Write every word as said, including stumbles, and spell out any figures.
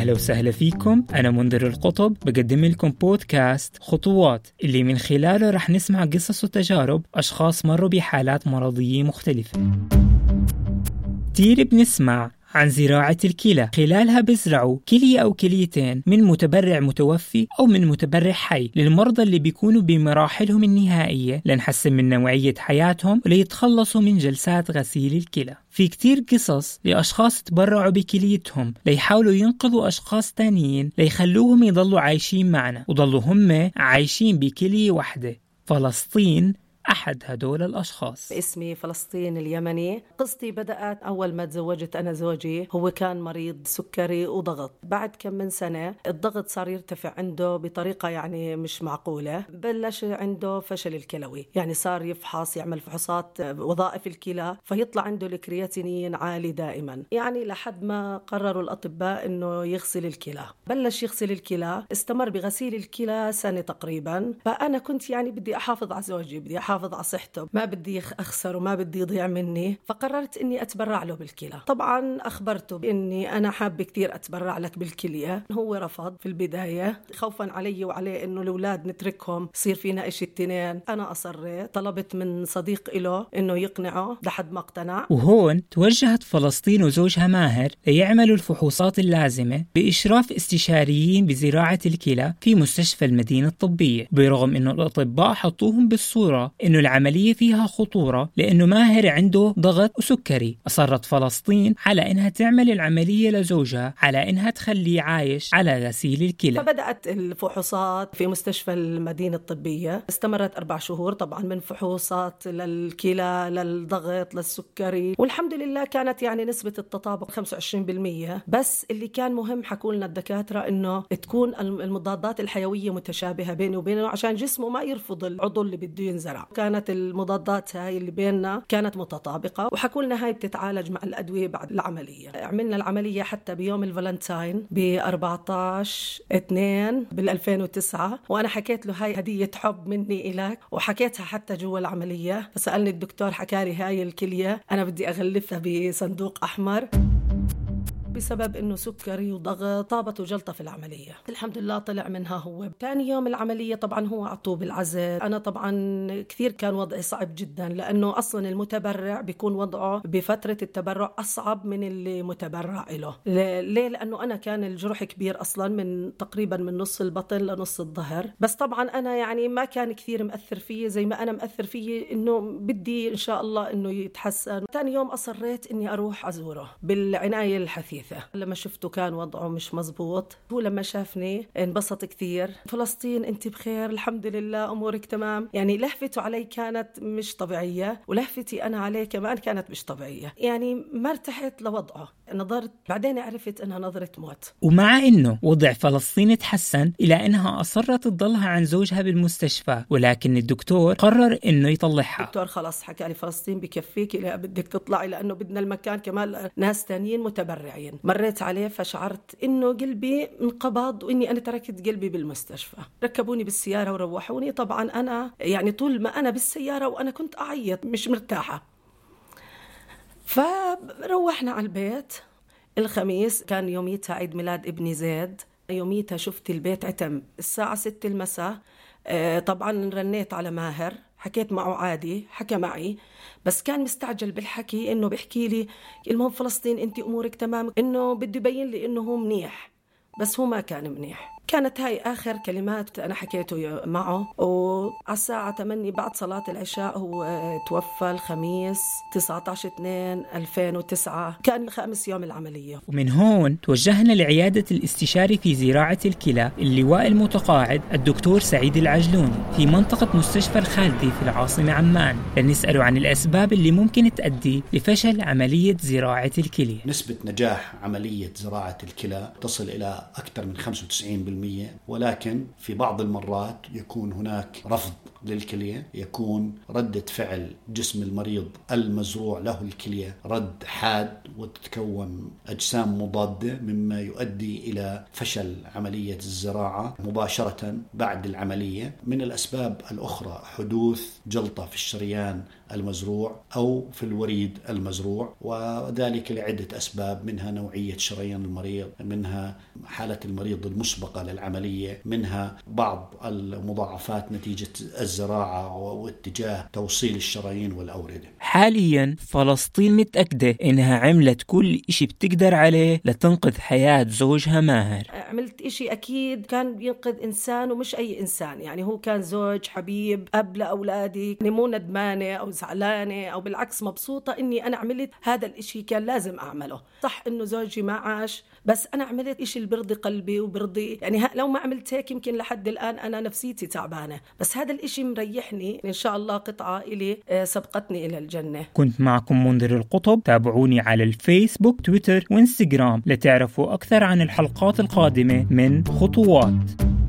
أهلا وسهلا فيكم. أنا منذر القطب بقدم لكم بودكاست خطوات، اللي من خلاله رح نسمع قصص وتجارب أشخاص مروا بحالات مرضية مختلفة. كتير بنسمع عن زراعة الكلى، خلالها بزرعوا كلية أو كليتين من متبرع متوفي أو من متبرع حي للمرضى اللي بيكونوا بمراحلهم النهائية لنحسن من نوعية حياتهم وليتخلصوا من جلسات غسيل الكلى. في كتير قصص لأشخاص تبرعوا بكليتهم ليحاولوا ينقذوا أشخاص تانيين ليخلوهم يضلوا عايشين معنا وضلوا هم عايشين بكلية واحدة. فلسطين أحد هدول الأشخاص. اسمي فلسطين اليمني. قصتي بدأت أول ما تزوجت أنا زوجي، هو كان مريض سكري وضغط. بعد كم من سنة الضغط صار يرتفع عنده بطريقة يعني مش معقولة، بلش عنده فشل الكلوي، يعني صار يفحص يعمل فحوصات وظائف الكلى فيطلع عنده الكرياتينين عالي دائما، يعني لحد ما قرروا الأطباء إنه يغسل الكلى. بلش يغسل الكلى، استمر بغسيل الكلى سنة تقريبا. فأنا كنت يعني بدي أحافظ على زوجي، بدي أحافظ على صحته، ما بدي أخسر وما بدي يضيع مني، فقررت إني أتبرع له بالكلى. طبعا أخبرته إني أنا حابة كتير أتبرع لك بالكلية. هو رفض في البداية خوفا علي وعليه إنه الأولاد نتركهم يصير فينا إشي التنين. أنا أصريت، طلبت من صديق له إنه يقنعه لحد ما اقتنع. وهون توجهت فلسطين وزوجها ماهر ليعملوا الفحوصات اللازمة بإشراف استشاريين بزراعة الكلى في مستشفى المدينة الطبية، برغم إنه الأطباء حطوهم بالصورة إنه العملية فيها خطورة لأنه ماهر عنده ضغط وسكري. أصرت فلسطين على إنها تعمل العملية لزوجها، على إنها تخليه عايش على غسيل الكلى. فبدأت الفحوصات في مستشفى المدينة الطبية، استمرت أربع شهور طبعا، من فحوصات للكلى للضغط للسكري، والحمد لله كانت يعني نسبة التطابق خمسة وعشرين بالمية. بس اللي كان مهم حكوا لنا الدكاترة إنه تكون المضادات الحيوية متشابهة بينه وبينه عشان جسمه ما يرفض العضو اللي بده ينزرع. كانت المضادات هاي اللي بيننا كانت متطابقة، وحكوا لنا هاي بتتعالج مع الأدوية بعد العملية. عملنا العملية حتى بيوم الفالنتاين ب أربعة عشر اثنين بالألفين وتسعة، وأنا حكيت له هاي هدية حب مني إلك، وحكيتها حتى جوا العملية. فسألني الدكتور، حكالي هاي الكلية أنا بدي أغلفها بصندوق أحمر بسبب إنه سكري وضغط، طابت وجلطة في العملية. الحمد لله طلع منها. هو تاني يوم العملية طبعا هو عطوه بالعزل. أنا طبعا كثير كان وضعي صعب جدا، لأنه أصلا المتبرع بيكون وضعه بفترة التبرع أصعب من اللي متبرع له. ليه؟ لأنه أنا كان الجرح كبير أصلا، من تقريبا من نص البطن لنص الظهر. بس طبعا أنا يعني ما كان كثير مأثر فيه زي ما أنا مأثر فيه إنه بدي إن شاء الله إنه يتحسن. تاني يوم أصريت إني أروح أزوره بالعناية الحثيثة. لما شفته كان وضعه مش مزبوط، هو لما شافني انبسط كثير. فلسطين انت بخير؟ الحمد لله امورك تمام. يعني لهفته علي كانت مش طبيعية، ولهفتي انا عليه كمان كانت مش طبيعية. يعني ما ارتحت لوضعه، نظرت بعدين عرفت انها نظرة موت. ومع انه وضع فلسطين تحسن الى انها اصرت تضلها عن زوجها بالمستشفى، ولكن الدكتور قرر انه يطلعها. الدكتور خلاص حكى لي فلسطين بكفيك، لا بدك تطلعي لانه بدنا المكان كمان ناس تانيين متبرعين. مريت عليه فشعرت إنه قلبي انقبض وإني أنا تركت قلبي بالمستشفى. ركبوني بالسيارة وروحوني. طبعا أنا يعني طول ما أنا بالسيارة وأنا كنت أعيط مش مرتاحة. فروحنا على البيت. الخميس كان يوميتها عيد ميلاد ابني زيد. يوميتها شفت البيت عتم الساعة ستة المساء. طبعا رنيت على ماهر، حكيت معه عادي، حكى معي بس كان مستعجل بالحكي، انه بيحكي لي المهم فلسطين انت امورك تمام، انه بده يبين لي انه هو منيح، بس هو ما كان منيح. كانت هاي آخر كلمات أنا حكيته معه. وعلى الساعة ثمانية بعد صلاة العشاء هو توفى الخميس تسعة عشر اثنين ألفين وتسعة، كان خامس يوم العملية. ومن هون توجهنا لعيادة الاستشاري في زراعة الكلى اللواء المتقاعد الدكتور سعيد العجلوني في منطقة مستشفى الخالدي في العاصمة عمان، لنسأله عن الأسباب اللي ممكن تؤدي لفشل عملية زراعة الكلى. نسبة نجاح عملية زراعة الكلى تصل إلى أكثر من خمسة وتسعين بالمئة بالمية، ولكن في بعض المرات يكون هناك رفض للكلية، يكون ردة فعل جسم المريض المزروع له الكلية رد حاد وتتكون أجسام مضادة، مما يؤدي إلى فشل عملية الزراعة مباشرة بعد العملية. من الأسباب الأخرى حدوث جلطة في الشريان المزروع أو في الوريد المزروع، وذلك لعدة أسباب، منها نوعية شريان المريض، منها حالة المريض المسبقة للعملية، منها بعض المضاعفات نتيجة الزراعة واتجاه توصيل الشرايين والأوردة. حاليا فلسطين متأكدة إنها عملت كل إشي بتقدر عليه لتنقذ حياة زوجها ماهر. عملت إشي أكيد كان بينقذ إنسان ومش أي إنسان، يعني هو كان زوج حبيب أب لأولادي، مو ندمانة أو زعلانة أو بالعكس مبسوطة إني أنا عملت هذا الإشي كان لازم أعمله. صح إنه زوجي ما عاش، بس أنا عملت إشي اللي برضي قلبي وبرضي، يعني لو ما عملت هيك يمكن لحد الآن أنا نفسيتي تعبانة، بس هذا الإشي مريحني. إن شاء الله قطعة إلي سبقتني إلى الجنة. كنت معكم منذر القطب. تابعوني على الفيسبوك، تويتر وإنستغرام لتعرفوا أكثر عن الحلقات القادمة من خطوات.